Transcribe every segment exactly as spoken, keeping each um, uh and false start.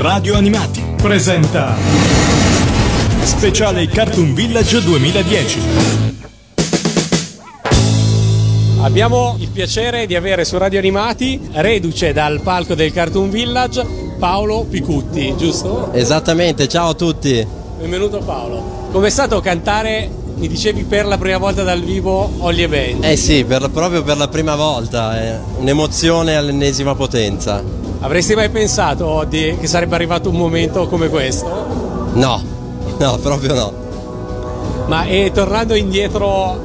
Radio Animati presenta Speciale Cartoon Village duemiladieci. Abbiamo il piacere di avere su Radio Animati, reduce dal palco del Cartoon Village, Paolo Picutti, giusto? Esattamente, ciao a tutti. Benvenuto Paolo. Com'è stato cantare, mi dicevi, per la prima volta dal vivo Holly e Benji? Eh sì, per, proprio per la prima volta, è un'emozione all'ennesima potenza. Avresti mai pensato di, che sarebbe arrivato un momento come questo? No, no, proprio no. Ma e tornando indietro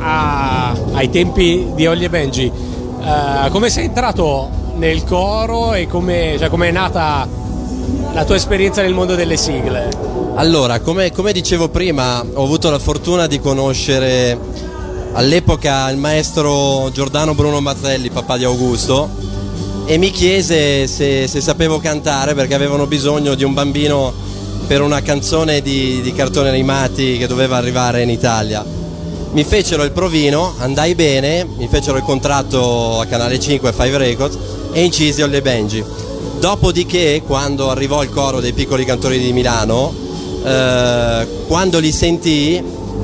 a, ai tempi di Holly e Benji, uh, come sei entrato nel coro e come, cioè, come è nata la tua esperienza nel mondo delle sigle? Allora, come, come dicevo prima, ho avuto la fortuna di conoscere all'epoca il maestro Giordano Bruno Mazzelli, papà di Augusto, e mi chiese se, se sapevo cantare, perché avevano bisogno di un bambino per una canzone di, di cartoni animati che doveva arrivare in Italia. Mi fecero il provino, andai bene, mi fecero il contratto a Canale cinque, Five Records, e incisi Holly e Benji. Dopodiché, quando arrivò il coro dei piccoli cantori di Milano, eh, quando li sentii,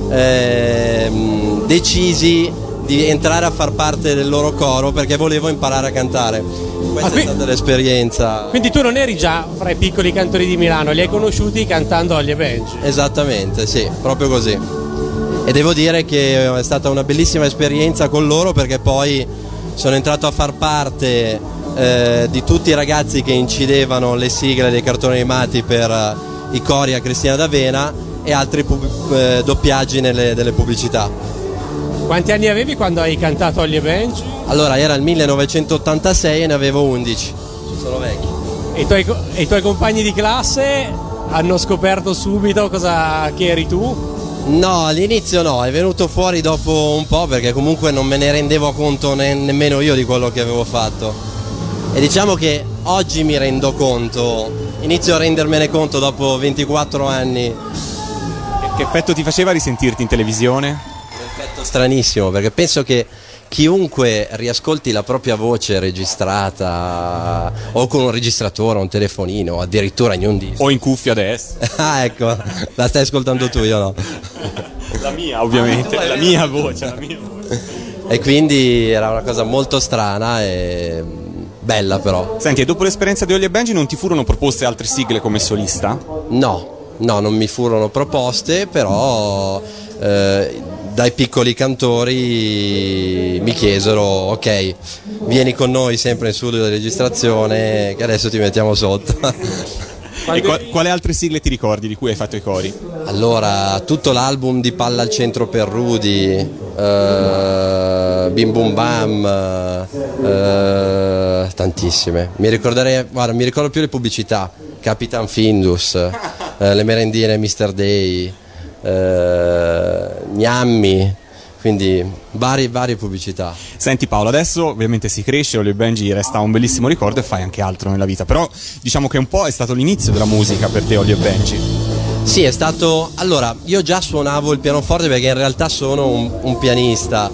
eh, decisi di entrare a far parte del loro coro perché volevo imparare a cantare. Questa ah, qui... è stata l'esperienza. Quindi tu non eri già fra i piccoli cantori di Milano, li hai conosciuti cantando Holly e Benji? Esattamente, sì, proprio così. E devo dire che è stata una bellissima esperienza con loro, perché poi sono entrato a far parte eh, di tutti i ragazzi che incidevano le sigle dei cartoni animati per eh, i cori a Cristina D'Avena e altri pub- eh, doppiaggi nelle, delle pubblicità. Quanti anni avevi quando hai cantato Holly e Benji? Allora, era il millenovecentottantasei e ne avevo undici. Sono vecchi. E i tuoi, e i tuoi compagni di classe hanno scoperto subito cosa, che eri tu? No, all'inizio no, è venuto fuori dopo un po', perché comunque non me ne rendevo conto ne, nemmeno io di quello che avevo fatto. E diciamo che oggi mi rendo conto, inizio a rendermene conto dopo ventiquattro anni. Che effetto ti faceva risentirti in televisione? Un effetto stranissimo, perché penso che chiunque riascolti la propria voce registrata o con un registratore, un telefonino, o addirittura in un disco o in cuffia adesso. Ah, ecco, la stai ascoltando tu, io no. La mia, ovviamente, la mia voce, la mia voce. E quindi era una cosa molto strana e bella, però. Senti, e dopo l'esperienza di Holly e Benji non ti furono proposte altre sigle come solista? No, no, non mi furono proposte, però eh, dai piccoli cantori mi chiesero: ok, vieni con noi sempre in studio di registrazione che adesso ti mettiamo sotto. E qual- quale altre sigle ti ricordi di cui hai fatto i cori? Allora, tutto l'album di Palla al centro per Rudy, eh, Bim Bum Bam, eh, tantissime. Mi ricorderei, guarda, mi ricordo più le pubblicità: Capitan Findus, eh, le merendine mister Day, eh, Gnammi, quindi varie, varie pubblicità. Senti Paolo, adesso ovviamente si cresce, Holly e Benji resta un bellissimo ricordo e fai anche altro nella vita, però diciamo che un po' è stato l'inizio della musica per te Holly e Benji. Sì, è stato, allora, io già suonavo il pianoforte perché in realtà sono un, un pianista,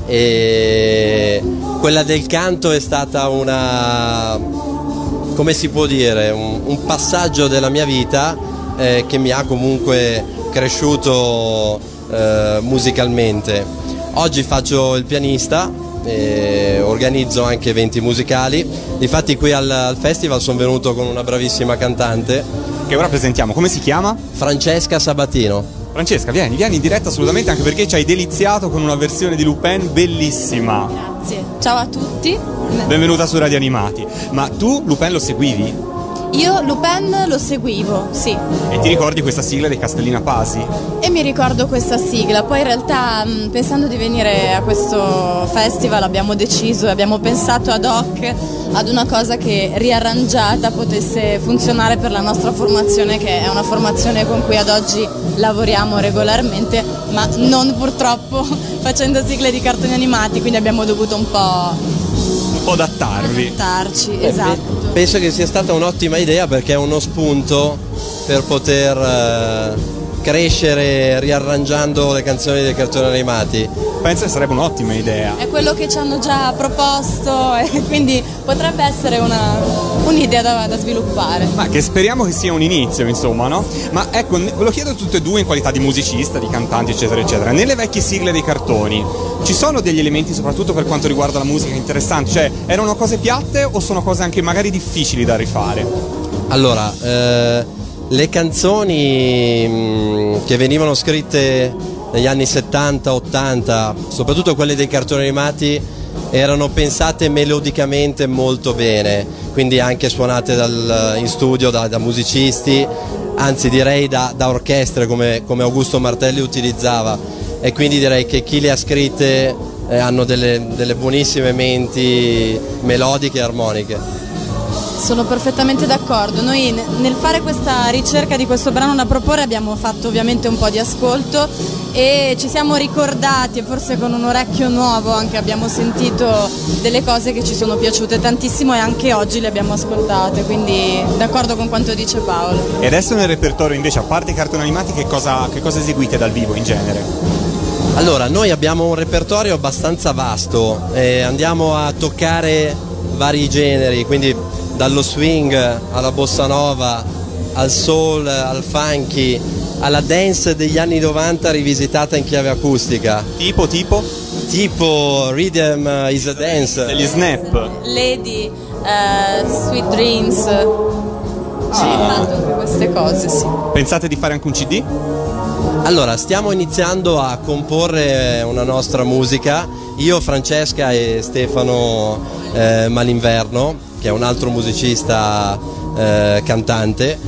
e quella del canto è stata una, come si può dire, un, un passaggio della mia vita eh, che mi ha comunque cresciuto eh, musicalmente. Oggi faccio il pianista e organizzo anche eventi musicali. Difatti qui al, al festival sono venuto con una bravissima cantante che ora presentiamo. Come si chiama? Francesca Sabatino. Francesca, vieni, vieni in diretta assolutamente, anche perché ci hai deliziato con una versione di Lupin bellissima. Grazie, ciao a tutti. Benvenuta su Radio Animati. Ma tu Lupin lo seguivi? Io Lupin lo seguivo, sì. E ti ricordi questa sigla dei Castellina Pasi? E mi ricordo questa sigla, poi in realtà mh, pensando di venire a questo festival abbiamo deciso e abbiamo pensato ad hoc ad una cosa che riarrangiata potesse funzionare per la nostra formazione, che è una formazione con cui ad oggi lavoriamo regolarmente, ma non purtroppo facendo sigle di cartoni animati, quindi abbiamo dovuto un po' un po' adattarvi. adattarci, esatto. Penso che sia stata un'ottima idea, perché è uno spunto per poter eh, crescere riarrangiando le canzoni dei cartoni animati. Penso che sarebbe un'ottima idea. È quello che ci hanno già proposto e quindi potrebbe essere una, un'idea da, da sviluppare. Ma che speriamo che sia un inizio, insomma, no? Ma ecco, ne- ve lo chiedo tutte e due in qualità di musicista, di cantanti, eccetera, eccetera. Nelle vecchie sigle dei cartoni ci sono degli elementi, soprattutto per quanto riguarda la musica, interessanti? Cioè, erano cose piatte o sono cose anche magari difficili da rifare? Allora, eh, le canzoni mh, che venivano scritte negli anni settanta ottanta, soprattutto quelle dei cartoni animati, erano pensate melodicamente molto bene, quindi anche suonate dal, in studio da, da musicisti, anzi direi da, da orchestre come, come Augusto Martelli utilizzava, e quindi direi che chi le ha scritte eh, hanno delle, delle buonissime menti melodiche e armoniche. Sono perfettamente d'accordo. Noi nel fare questa ricerca di questo brano da proporre abbiamo fatto ovviamente un po' di ascolto e ci siamo ricordati, e forse con un orecchio nuovo anche abbiamo sentito delle cose che ci sono piaciute tantissimo e anche oggi le abbiamo ascoltate, quindi d'accordo con quanto dice Paolo. E adesso nel repertorio invece, a parte i cartoni animati, che cosa, che cosa eseguite dal vivo in genere? Allora, noi abbiamo un repertorio abbastanza vasto, eh, andiamo a toccare vari generi, quindi dallo swing alla bossa nova, al soul, al funky, alla dance degli anni novanta rivisitata in chiave acustica. Tipo, tipo? Tipo Rhythm is a Dance. Degli Snap? Lady, eh, Sweet Dreams, ci Ah. fatto anche queste cose, sì. Pensate di fare anche un C D? Allora, stiamo iniziando a comporre una nostra musica, io, Francesca e Stefano eh, Malinverno, che è un altro musicista eh, cantante,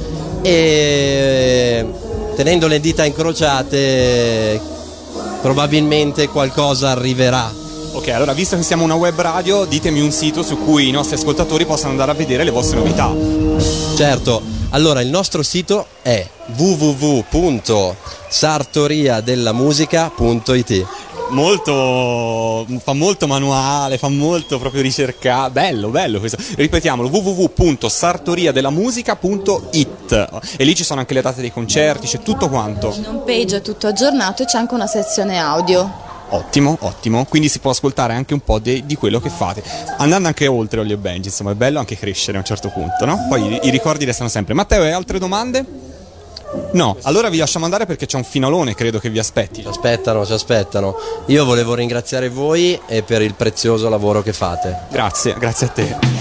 e tenendo le dita incrociate probabilmente qualcosa arriverà. Ok, allora visto che siamo una web radio, ditemi un sito su cui i nostri ascoltatori possano andare a vedere le vostre novità. Certo, allora il nostro sito è w w w punto sartoriadellamusica punto i t. Molto, fa molto manuale, fa molto proprio ricerca, bello, bello questo. Ripetiamolo, w w w punto sartoriadellamusica punto i t, e lì ci sono anche le date dei concerti, c'è tutto quanto. In home page è tutto aggiornato e c'è anche una sezione audio. Ottimo, ottimo, quindi si può ascoltare anche un po' de- di quello che fate, andando anche oltre Olio e Benji, insomma è bello anche crescere a un certo punto, no? Poi i, i ricordi restano sempre. Matteo, hai altre domande? No, allora vi lasciamo andare perché c'è un finalone, credo, che vi aspetti. Ci aspettano, ci aspettano. Io volevo ringraziare voi e per il prezioso lavoro che fate. Grazie, grazie a te.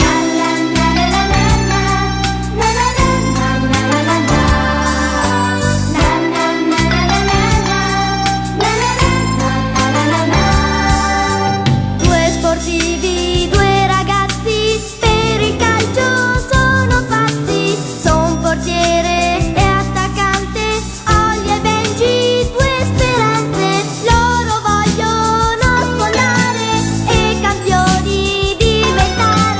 Due sportivi, due ragazzi, per il calcio sono pazzi. Son portiere e attaccante, Olio e Benji, due speranze. Loro vogliono sognare e campioni diventare.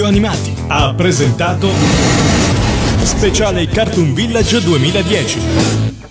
animati ha presentato Speciale Cartoon Village duemiladieci.